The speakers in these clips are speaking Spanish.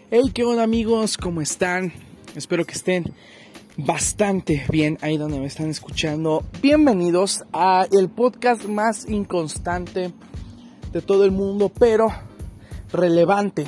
Hey, ¿qué onda amigos? ¿Cómo están? Espero que estén bastante bien ahí donde me están escuchando. Bienvenidos a el podcast más inconstante de todo el mundo, pero relevante,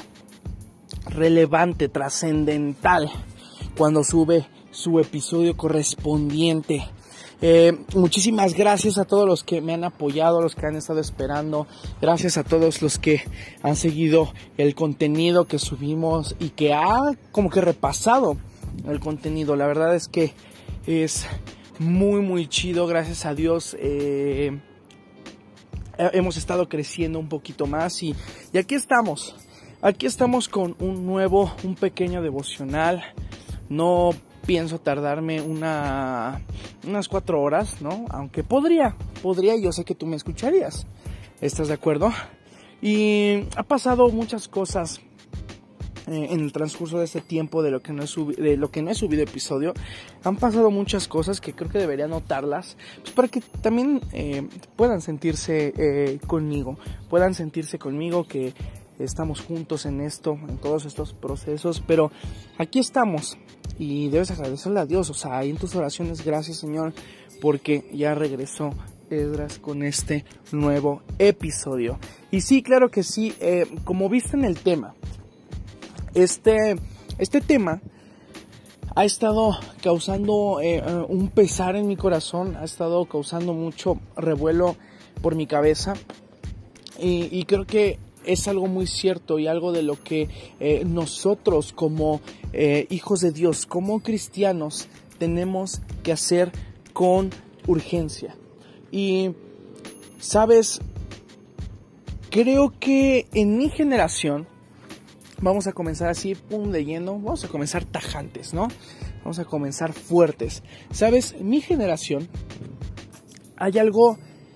trascendental, cuando sube su episodio correspondiente. Muchísimas gracias a todos los que me han apoyado, a los que han estado esperando. Gracias a todos los que han seguido el contenido que subimos y que ha como que repasado el contenido. La verdad es que es muy chido. Gracias a Dios hemos estado creciendo un poquito más y aquí estamos. Aquí estamos con un pequeño devocional. No pienso tardarme unas 4 horas, ¿no? Aunque podría, yo sé que tú me escucharías. ¿Estás de acuerdo? Y ha pasado muchas cosas en el transcurso de este tiempo de lo que no he subido episodio. Han pasado muchas cosas que creo que debería anotarlas, pues para que también puedan sentirse conmigo que estamos juntos en esto, en todos estos procesos, pero aquí estamos y debes agradecerle a Dios, o sea, ahí en tus oraciones, gracias Señor, porque ya regresó Esdras con este nuevo episodio. Y sí, claro que sí, como viste en el tema, este tema ha estado causando un pesar en mi corazón, ha estado causando mucho revuelo por mi cabeza y creo que es algo muy cierto y algo de lo que nosotros como hijos de Dios, como cristianos, tenemos que hacer con urgencia. Y, ¿sabes? Creo que en mi generación, vamos a comenzar así, leyendo, vamos a comenzar tajantes, ¿no? Vamos a comenzar fuertes. ¿Sabes? En mi generación hay algo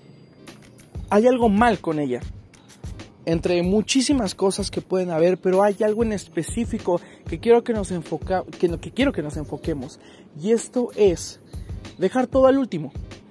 mal con ella. Entre muchísimas cosas que pueden haber, pero hay algo en específico que quiero que nos enfoquemos. Y esto es dejar todo al último.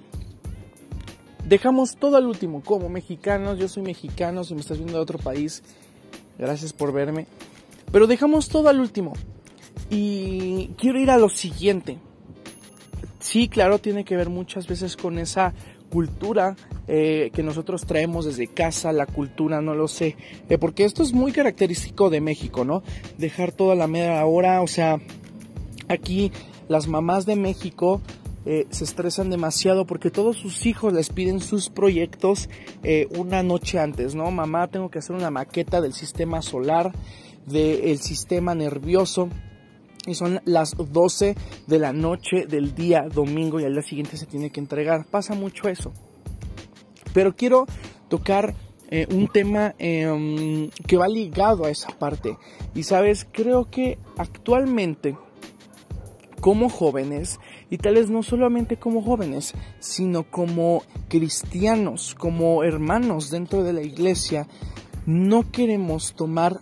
Dejamos todo al último. Como mexicanos, yo soy mexicano, si me estás viendo de otro país, gracias por verme. Pero dejamos todo al último. Y quiero ir a lo siguiente. Sí, claro, tiene que ver muchas veces con esa cultura que nosotros traemos desde casa, la cultura, no lo sé, porque esto es muy característico de México, ¿no? Dejar todo a la media hora, o sea, aquí las mamás de México se estresan demasiado porque todos sus hijos les piden sus proyectos una noche antes, ¿no? Mamá, tengo que hacer una maqueta del sistema solar, del sistema nervioso. Y son las 12 de la noche del día domingo y al día siguiente se tiene que entregar. Pasa mucho eso. Pero quiero tocar un tema que va ligado a esa parte. Y sabes, creo que actualmente como jóvenes, y tal vez no solamente como jóvenes, sino como cristianos, como hermanos dentro de la iglesia, no queremos tomar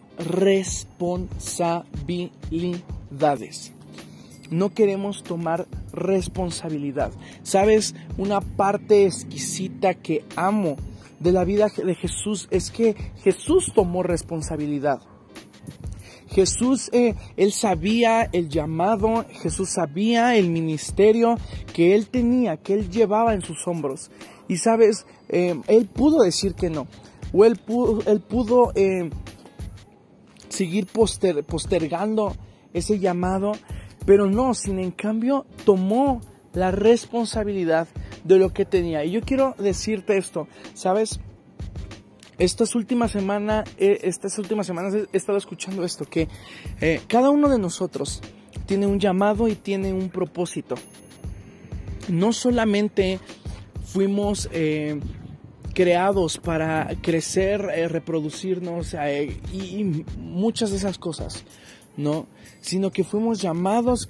responsabilidades. No queremos tomar responsabilidad. ¿Sabes? Una parte exquisita que amo de la vida de Jesús es que Jesús tomó responsabilidad. Jesús, él sabía el llamado, Jesús sabía el ministerio que él tenía, que él llevaba en sus hombros. Y sabes, él pudo decir que no. O él pudo seguir postergando ese llamado, pero no, sin en cambio tomó la responsabilidad de lo que tenía. Y yo quiero decirte esto, ¿sabes? Estas últimas semanas he estado escuchando esto, que cada uno de nosotros tiene un llamado y tiene un propósito. No solamente fuimos creados para crecer, reproducirnos y muchas de esas cosas, ¿no? Sino que fuimos llamados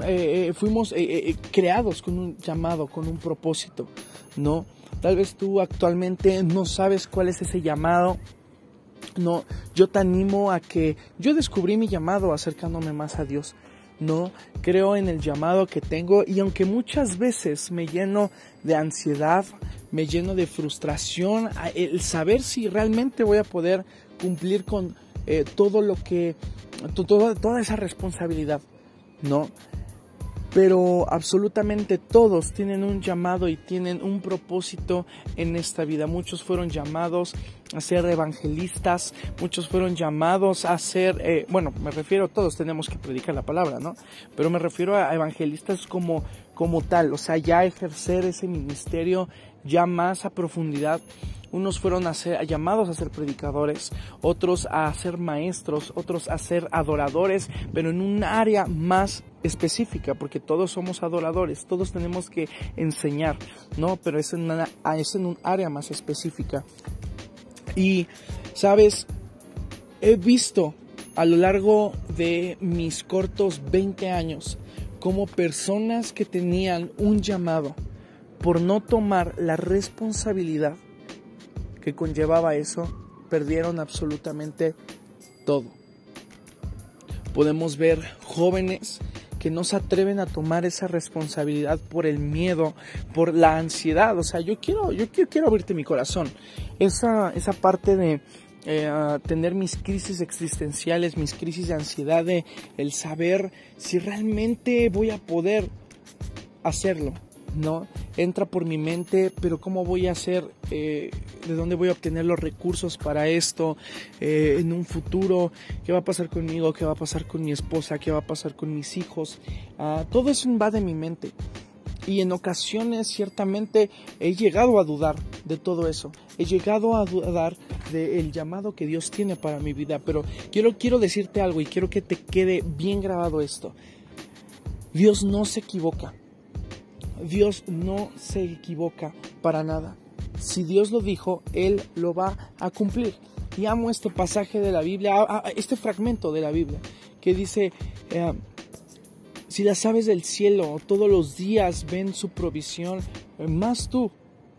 creados con un llamado, con un propósito, ¿no? Tal vez tú actualmente no sabes cuál es ese llamado. No, yo te animo a que yo descubrí mi llamado acercándome más a Dios. No, creo en el llamado que tengo y aunque muchas veces me lleno de ansiedad, me lleno de frustración, el saber si realmente voy a poder cumplir con toda esa responsabilidad, ¿no? Pero absolutamente todos tienen un llamado y tienen un propósito en esta vida. Muchos fueron llamados a ser evangelistas, muchos fueron llamados a ser, me refiero, todos tenemos que predicar la palabra, ¿no? Pero me refiero a evangelistas como tal, o sea, ya ejercer ese ministerio ya más a profundidad. Unos fueron llamados a ser predicadores, otros a ser maestros, otros a ser adoradores, pero en un área más específica, porque todos somos adoradores, todos tenemos que enseñar, ¿no? Pero es en un área más específica. Y, ¿sabes? He visto a lo largo de mis cortos 20 años como personas que tenían un llamado, por no tomar la responsabilidad que conllevaba eso, perdieron absolutamente todo. Podemos ver jóvenes que no se atreven a tomar esa responsabilidad por el miedo, por la ansiedad. O sea, yo quiero abrirte mi corazón. Esa parte de tener mis crisis existenciales, mis crisis de ansiedad, de el saber si realmente voy a poder hacerlo, ¿no? Entra por mi mente, pero ¿cómo voy a hacer? ¿De dónde voy a obtener los recursos para esto? En un futuro, ¿qué va a pasar conmigo? ¿Qué va a pasar con mi esposa? ¿Qué va a pasar con mis hijos? Todo eso invade mi mente. Y en ocasiones, ciertamente, he llegado a dudar de todo eso. He llegado a dudar del llamado que Dios tiene para mi vida. Pero quiero decirte algo y quiero que te quede bien grabado esto. Dios no se equivoca. Dios no se equivoca para nada. Si Dios lo dijo, Él lo va a cumplir. Y amo este pasaje de la Biblia, este fragmento de la Biblia, que dice, si las aves del cielo todos los días ven su provisión, más tú,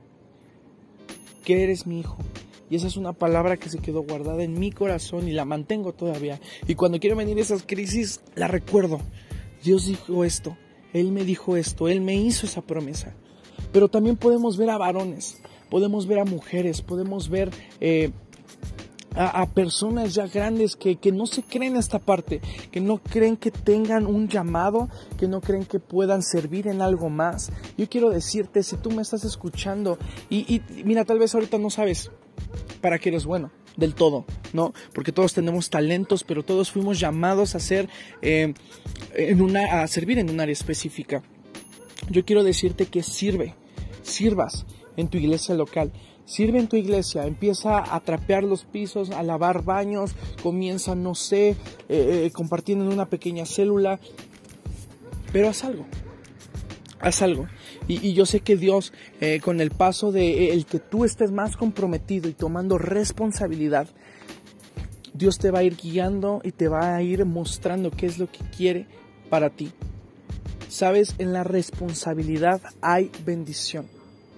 que eres mi hijo. Y esa es una palabra que se quedó guardada en mi corazón y la mantengo todavía. Y cuando quiero venir esas crisis, la recuerdo. Dios dijo esto. Él me dijo esto, Él me hizo esa promesa. Pero también podemos ver a varones, podemos ver a mujeres, podemos ver a personas ya grandes que no se creen esta parte, que no creen que tengan un llamado, que no creen que puedan servir en algo más. Yo quiero decirte, si tú me estás escuchando y mira, tal vez ahorita no sabes para qué eres bueno del todo, ¿no? Porque todos tenemos talentos, pero todos fuimos llamados a ser a servir en un área específica. Yo quiero decirte que sirvas en tu iglesia local. Sirve en tu iglesia, empieza a trapear los pisos, a lavar baños, comienza, compartiendo en una pequeña célula, pero haz algo. Y yo sé que Dios, con el paso de el que tú estés más comprometido y tomando responsabilidad, Dios te va a ir guiando y te va a ir mostrando qué es lo que quiere para ti. Sabes, en la responsabilidad hay bendición.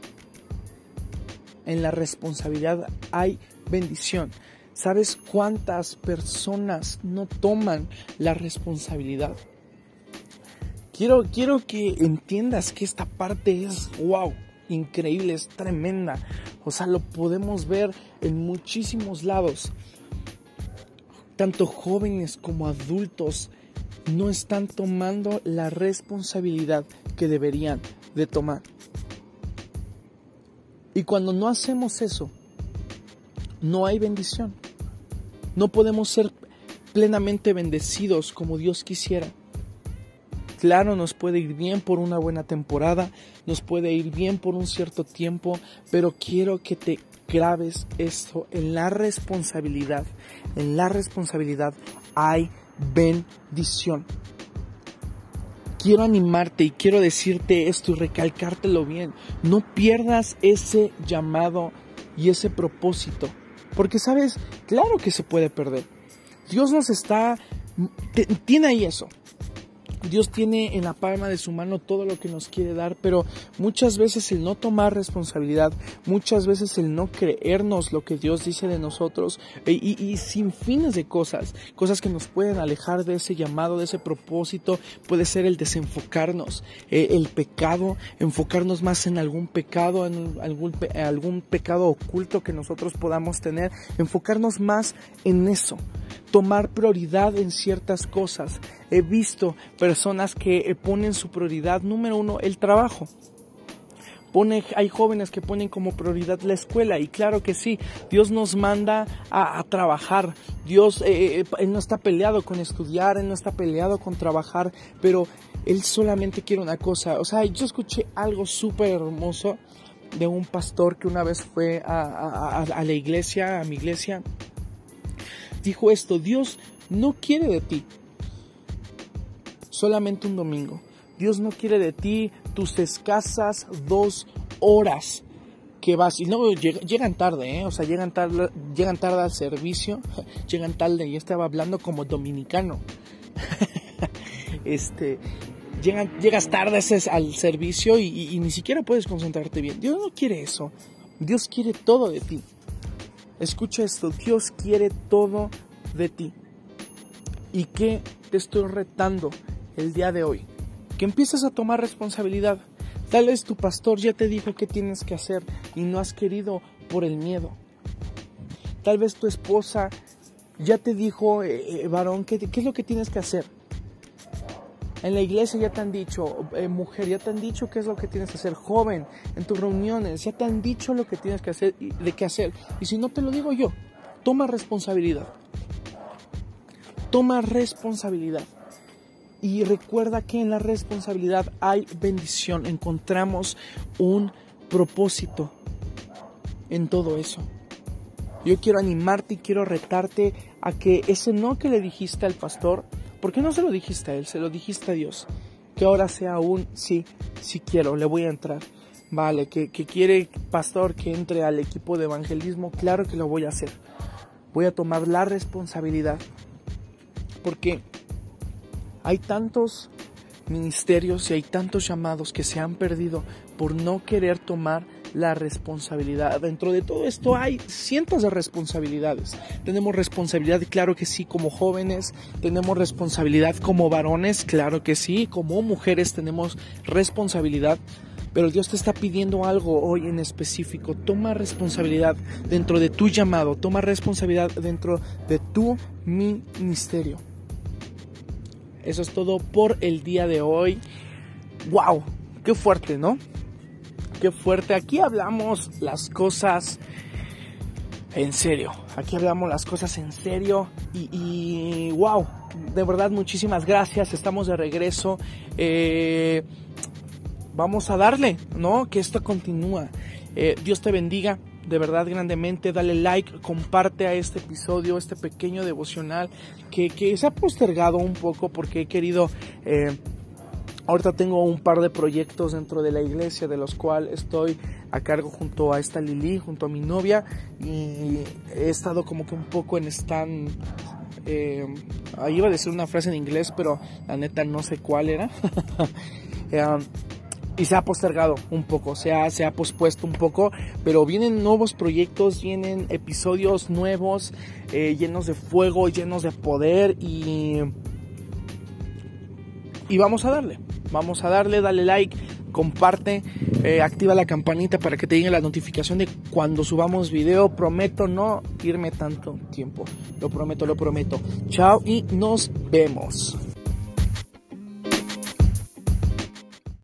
En la responsabilidad hay bendición. ¿Sabes cuántas personas no toman la responsabilidad? Quiero que entiendas que esta parte es wow, increíble, es tremenda. O sea, lo podemos ver en muchísimos lados. Tanto jóvenes como adultos no están tomando la responsabilidad que deberían de tomar. Y cuando no hacemos eso, no hay bendición. No podemos ser plenamente bendecidos como Dios quisiera. Claro, nos puede ir bien por una buena temporada, nos puede ir bien por un cierto tiempo, pero quiero que te grabes esto, en la responsabilidad hay bendición. Quiero animarte y quiero decirte esto y recalcártelo bien, no pierdas ese llamado y ese propósito, porque sabes, claro que se puede perder. Dios tiene ahí eso. Dios tiene en la palma de su mano todo lo que nos quiere dar, pero muchas veces el no tomar responsabilidad, muchas veces el no creernos lo que Dios dice de nosotros y sin fines de cosas que nos pueden alejar de ese llamado, de ese propósito, puede ser el desenfocarnos, el pecado, enfocarnos más en algún pecado, en algún pecado oculto que nosotros podamos tener, enfocarnos más en eso. Tomar prioridad en ciertas cosas. He visto personas que ponen su prioridad número 1 el trabajo. Hay jóvenes que ponen como prioridad la escuela, y claro que sí, Dios nos manda a trabajar. Dios Él no está peleado con estudiar, Él no está peleado con trabajar, pero Él solamente quiere una cosa. O sea, yo escuché algo súper hermoso de un pastor que una vez fue a la iglesia, a mi iglesia. Dijo esto: Dios no quiere de ti solamente un domingo. Dios no quiere de ti tus escasas 2 horas que vas. Y no, llegan tarde, o sea, llegan tarde al servicio. Llegan tarde, y estaba hablando como dominicano. Llegas tarde al servicio y ni siquiera puedes concentrarte bien. Dios no quiere eso. Dios quiere todo de ti. Escucha esto: Dios quiere todo de ti. ¿Y qué te estoy retando el día de hoy? Que empieces a tomar responsabilidad. Tal vez tu pastor ya te dijo qué tienes que hacer y no has querido por el miedo. Tal vez tu esposa ya te dijo, varón, ¿qué es lo que tienes que hacer? En la iglesia ya te han dicho, mujer, ya te han dicho qué es lo que tienes que hacer. Joven, en tus reuniones ya te han dicho lo que tienes que hacer y de qué hacer. Y si no te lo digo yo, toma responsabilidad. Toma responsabilidad. Y recuerda que en la responsabilidad hay bendición. Encontramos un propósito en todo eso. Yo quiero animarte y quiero retarte a que ese no que le dijiste al pastor, ¿por qué no se lo dijiste a él? Se lo dijiste a Dios. Que ahora sea un sí quiero, le voy a entrar. Vale, que quiere pastor que entre al equipo de evangelismo, claro que lo voy a hacer. Voy a tomar la responsabilidad. Porque hay tantos ministerios y hay tantos llamados que se han perdido por no querer tomar la responsabilidad. Dentro de todo esto hay cientos de responsabilidades. Tenemos responsabilidad, claro que sí, como jóvenes. Tenemos responsabilidad como varones, claro que sí. Como mujeres tenemos responsabilidad. Pero Dios te está pidiendo algo hoy en específico. Toma responsabilidad dentro de tu llamado. Toma responsabilidad dentro de tu ministerio. Eso es todo por el día de hoy. ¡Wow! ¡Qué fuerte!, ¿no? ¡Qué fuerte! Aquí hablamos las cosas en serio. Aquí hablamos las cosas en serio. Y ¡wow! De verdad, muchísimas gracias. Estamos de regreso. Vamos a darle, ¿no? Que esto continúa. Dios te bendiga. De verdad, grandemente, dale like, comparte a este episodio, este pequeño devocional que se ha postergado un poco porque he querido, ahorita tengo un par de proyectos dentro de la iglesia de los cuales estoy a cargo junto a esta Lili, junto a mi novia, y he estado como que un poco en stand, ahí iba a decir una frase en inglés, pero la neta no sé cuál era. Y se ha postergado un poco, se ha pospuesto un poco, pero vienen nuevos proyectos, vienen episodios nuevos, llenos de fuego, llenos de poder, y vamos a darle, dale like, comparte, activa la campanita para que te llegue la notificación de cuando subamos video. Prometo no irme tanto tiempo, lo prometo. Chao y nos vemos.